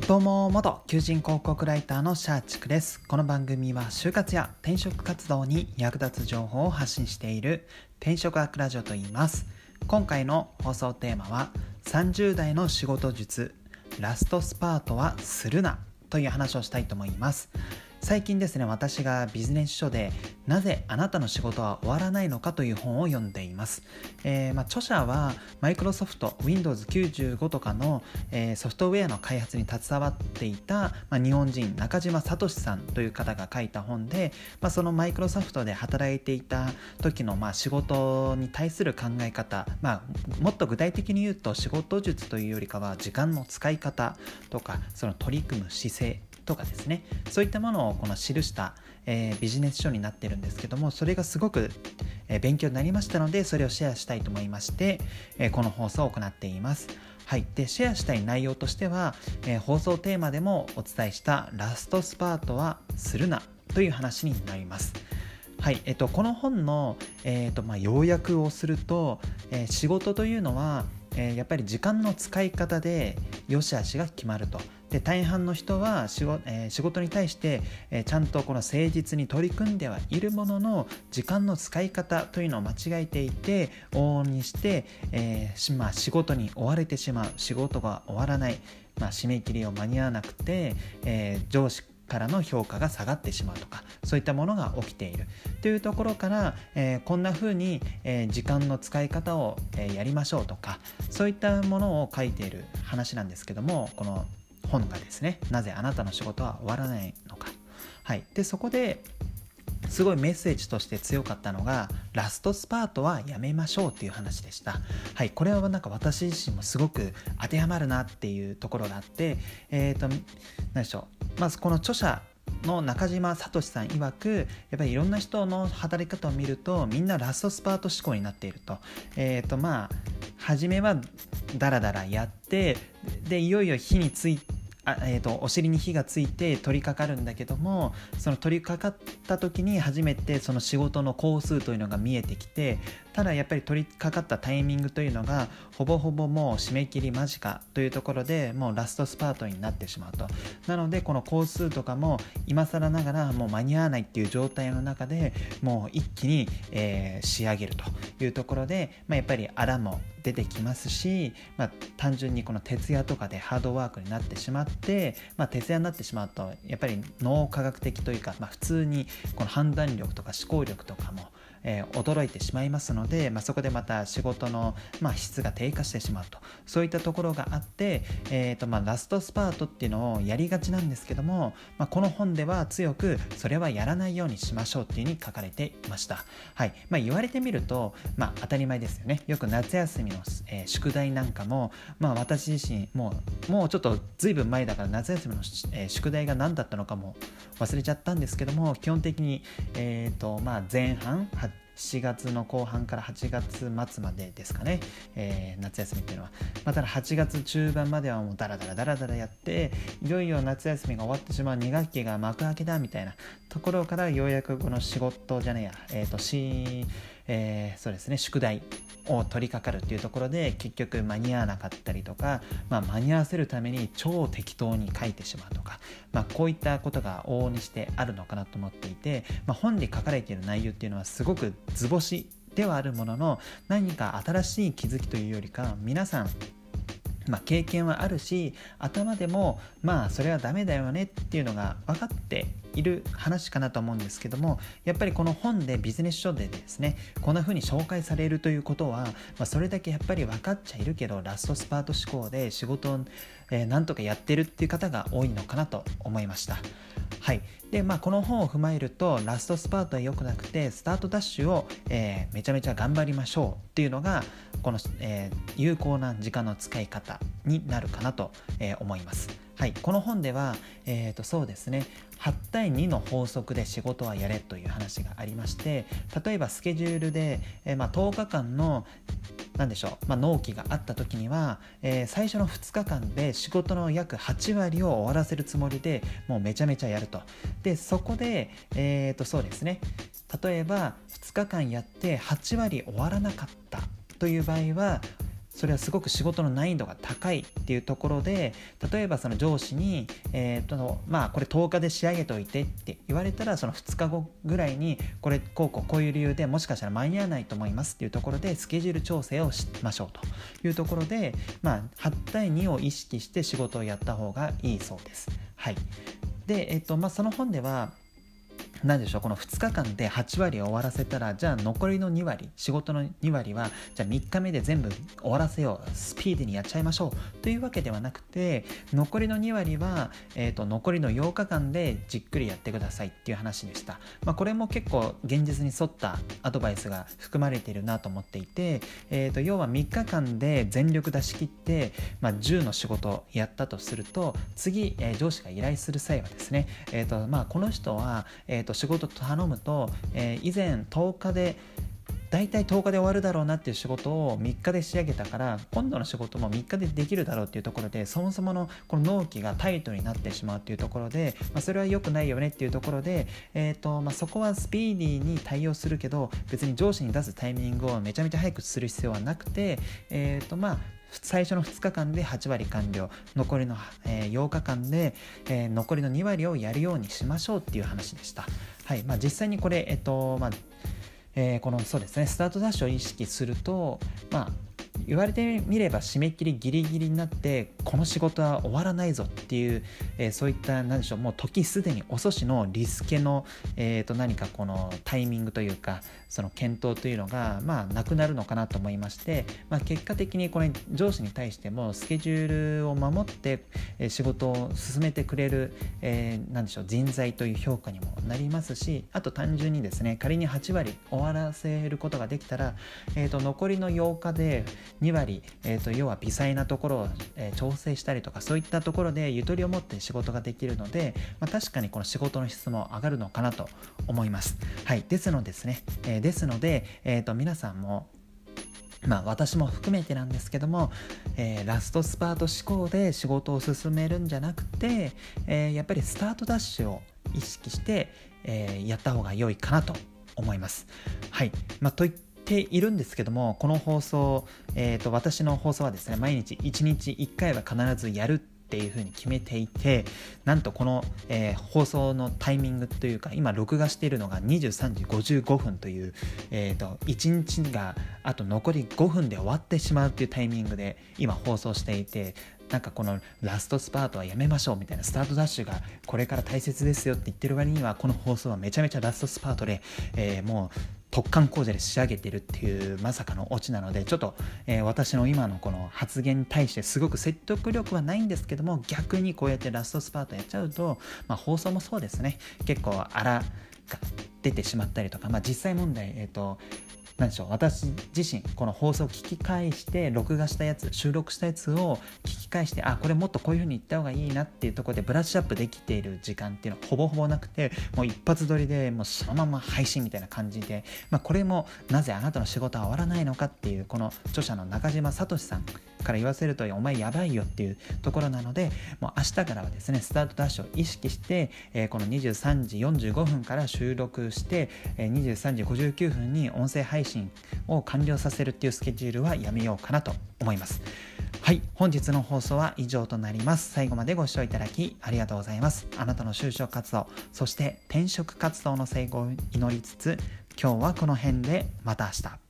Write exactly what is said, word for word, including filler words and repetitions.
どうも、元求人広告ライターのシャーチクです。この番組は就活や転職活動に役立つ情報を発信している転職アクラジオと言います。今回の放送テーマはさんじゅう代の仕事術、ラストスパートはするなという話をしたいと思います。最近ですね、私がビジネス書でなぜあなたの仕事は終わらないのかという本を読んでいます。えーまあ、著者はマイクロソフト ウィンドウズきゅうじゅうご とかの、えー、ソフトウェアの開発に携わっていた、まあ、日本人中島聡さんという方が書いた本で、まあ、そのマイクロソフトで働いていた時の、まあ、仕事に対する考え方、まあ、もっと具体的に言うと仕事術というよりかは時間の使い方とかその取り組む姿勢とかですね、そういったものをこの記した、えー、ビジネス書になっているんですけども、それがすごく、えー、勉強になりましたので、それをシェアしたいと思いまして、えー、この放送を行っています。はい、でシェアしたい内容としては、えー、放送テーマでもお伝えしたラストスパートはするなという話になります。はい、えっと、この本の、えーとまあ、要約をすると、えー、仕事というのは、えー、やっぱり時間の使い方で良し悪しが決まると。で大半の人は仕事、えー、仕事に対して、えー、ちゃんとこの誠実に取り組んではいるものの、時間の使い方というのを間違えていて往々にして、えーまあ、仕事に追われてしまう、仕事が終わらない、まあ、締め切りを間に合わなくて、えー、上司からの評価が下がってしまうとか、そういったものが起きているというところから、えー、こんな風に、えー、時間の使い方を、えー、やりましょうとか、そういったものを書いている話なんですけども、この本がですね、なぜあなたの仕事は終わらないのか。はい、でそこですごいメッセージとして強かったのが、ラストスパートはやめましょうっていう話でした。はい、これはなんか私自身もすごく当てはまるなっていうところがあって、えーと何でしょう、まずこの著者の中島聡さん曰く、やっぱりいろんな人の働き方を見るとみんなラストスパート思考になっていると。えーとまあ初めはダラダラやって、でいよいよ火についてあえー、とお尻に火がついて取り掛かるんだけども、その取り掛かった時に初めてその仕事の工数というのが見えてきて、ただやっぱり取り掛かったタイミングというのがほぼほぼもう締め切り間近というところで、もうラストスパートになってしまうと。なのでこの工数とかも今更ながらもう間に合わないっていう状態の中で、もう一気に、えー、仕上げるというところで、まあ、やっぱりあらも出てきますし、まあ、単純にこの徹夜とかでハードワークになってしまって、まあ、徹夜になってしまうとやっぱり脳科学的というか、まあ、普通にこの判断力とか思考力とかもえー、驚いてしまいますので、まあ、そこでまた仕事の、まあ、質が低下してしまうと、そういったところがあって、えーとまあ、ラストスパートっていうのをやりがちなんですけども、まあ、この本では強くそれはやらないようにしましょうっていうふうに書かれていました。はい、まあ、言われてみると、まあ、当たり前ですよね。よく夏休みの、えー、宿題なんかも、まあ、私自身もう、もうちょっとずいぶん前だから夏休みの、えー、宿題が何だったのかも忘れちゃったんですけども、基本的に、えーとまあ、前半しちがつの後半からはちがつ末までですかね、えー、夏休みっていうのは、まあ、ただはちがつ中盤まではもうダラダラダラダラやって、いよいよ夏休みが終わってしまう、に学期が幕開けだみたいなところからようやくこの仕事じゃねえや、えーとし、えー、そうですね、宿題を取り掛かるっていうところで結局間に合わなかったりとか、まあ、間に合わせるために超適当に書いてしまうとか、まあ、こういったことが往々にしてあるのかなと思っていて、まあ、本に書かれている内容っていうのはすごく図星ではあるものの、何か新しい気づきというよりか、皆さんまあ、経験はあるし、頭でもまあそれはダメだよねっていうのが分かっている話かなと思うんですけども、やっぱりこの本でビジネス書でですね、こんな風に紹介されるということは、まあ、それだけやっぱり分かっちゃいるけどラストスパート思考で仕事を、えー、なんとかやってるっていう方が多いのかなと思いました。はい。で、まあ、この本を踏まえると、ラストスパートは良くなくてスタートダッシュを、えー、めちゃめちゃ頑張りましょうっていうのがこの、えー、有効な時間の使い方になるかなと、えー、思います。はい、この本では、えーと、そうですね、はち対にの法則で仕事はやれという話がありまして、例えばスケジュールで、えーまあ、とおかかんのなんでしょう、まあ、納期があった時には、えー、最初のふつかかんで仕事の約はちわりを終わらせるつもりでもうめちゃめちゃやると。でそこで、えーと、そうですね、例えばふつかかんやってはちわり終わらなかったという場合は、 それはすごく仕事の難易度が高いっていうところで、例えばその上司に、えーとまあ、これとおかで仕上げといてって言われたら、そのふつかごぐらいにこれこうこうこういう理由でもしかしたら間に合わないと思いますっていうところでスケジュール調整をしましょうというところで、まあ、はちたいにを意識して仕事をやった方がいいそうです。はい。で、えーとまあ、その本では何でしょう、このふつかかんではちわり終わらせたら、じゃあ残りのにわり、仕事のにわりはじゃあみっかめで全部終わらせよう、スピーディーにやっちゃいましょうというわけではなくて、残りのにわりは、えーと、残りのようかかんでじっくりやってくださいっていう話でした。まあ、これも結構現実に沿ったアドバイスが含まれているなと思っていて、えーと、要はみっかかんで全力出し切って、まあ、じゅうの仕事をやったとすると、次、えー、上司が依頼する際はですね、えーとまあ、この人は、えーと仕事頼むと、えー、以前とおかでだいたいとおかで終わるだろうなっていう仕事をみっかで仕上げたから、今度の仕事もみっかでできるだろうっていうところで、そもそものこの納期がタイトになってしまうっていうところで、まあ、それは良くないよねっていうところで、えーとまあ、そこはスピーディーに対応するけど、別に上司に出すタイミングをめちゃめちゃ早くする必要はなくて、えーとまあ最初のふつかかんではちわり完了、残りの、えー、ようかかんで、えー、残りのにわりをやるようにしましょうっていう話でした。はい。まあ、実際にこれ、えっとまあえー、このそうですねスタートダッシュを意識すると、まあ言われてみれば締め切りギリギリになってこの仕事は終わらないぞっていう、えー、そういった何でしょう、もう時すでに遅しのリスケの、えー、と何かこのタイミングというか、その検討というのがまあなくなるのかなと思いまして、まあ、結果的にこれ上司に対してもスケジュールを守って、えー、仕事を進めてくれる、えー、何でしょう人材という評価にもなりますし、あと単純にですね、仮にはちわり終わらせることができたら、えー、と残りのようかでにわり、えー、と要は微細なところを、えー、調整したりとか、そういったところでゆとりを持って仕事ができるので、まあ、確かにこの仕事の質も上がるのかなと思います。はい。ですのでですね、えー、ですので、えー、と皆さんもまあ私も含めてなんですけども、えー、ラストスパート思考で仕事を進めるんじゃなくて、えー、やっぱりスタートダッシュを意識して、えー、やった方が良いかなと思います。はい。まあといってているんですけども、この放送、えーと、私の放送はですね、毎日いちにちいっかいは必ずやるっていう風に決めていて、なんとこの、えー、放送のタイミングというか、今録画しているのがにじゅうさんじごじゅうごふんという、えーと、いちにちがあと残りごふんで終わってしまうっていうタイミングで今放送していて、なんかこのラストスパートはやめましょうみたいな、スタートダッシュがこれから大切ですよって言ってる割には、この放送はめちゃめちゃラストスパートで、えー、もう突貫工事で仕上げてるっていうまさかのオチなので、ちょっと、えー、私の今のこの発言に対してすごく説得力はないんですけども、逆にこうやってラストスパートやっちゃうと、まあ、放送もそうですね、結構あらが出てしまったりとか、まあ、実際問題、えっと何でしょう、私自身この放送を聞き返して録画したやつ、収録したやつを聞き返して、あ、これもっとこういう風に言った方がいいなっていうところでブラッシュアップできている時間っていうのはほぼほぼなくて、もう一発撮りでもうそのまま配信みたいな感じで、まあ、これもなぜあなたの仕事は終わらないのかっていう、この著者の中島聡さんから言わせると、お前やばいよっていうところなので、もう明日からはですねスタートダッシュを意識して、えー、このにじゅうさんじよんじゅうごふんから収録して、えー、にじゅうさんじごじゅうきゅうふんに音声配信を完了させるっていうスケジュールはやめようかなと思います。はい、本日の放送は以上となります。最後までご視聴いただきありがとうございます。あなたの就職活動、そして転職活動の成功を祈りつつ、今日はこの辺で、また明日。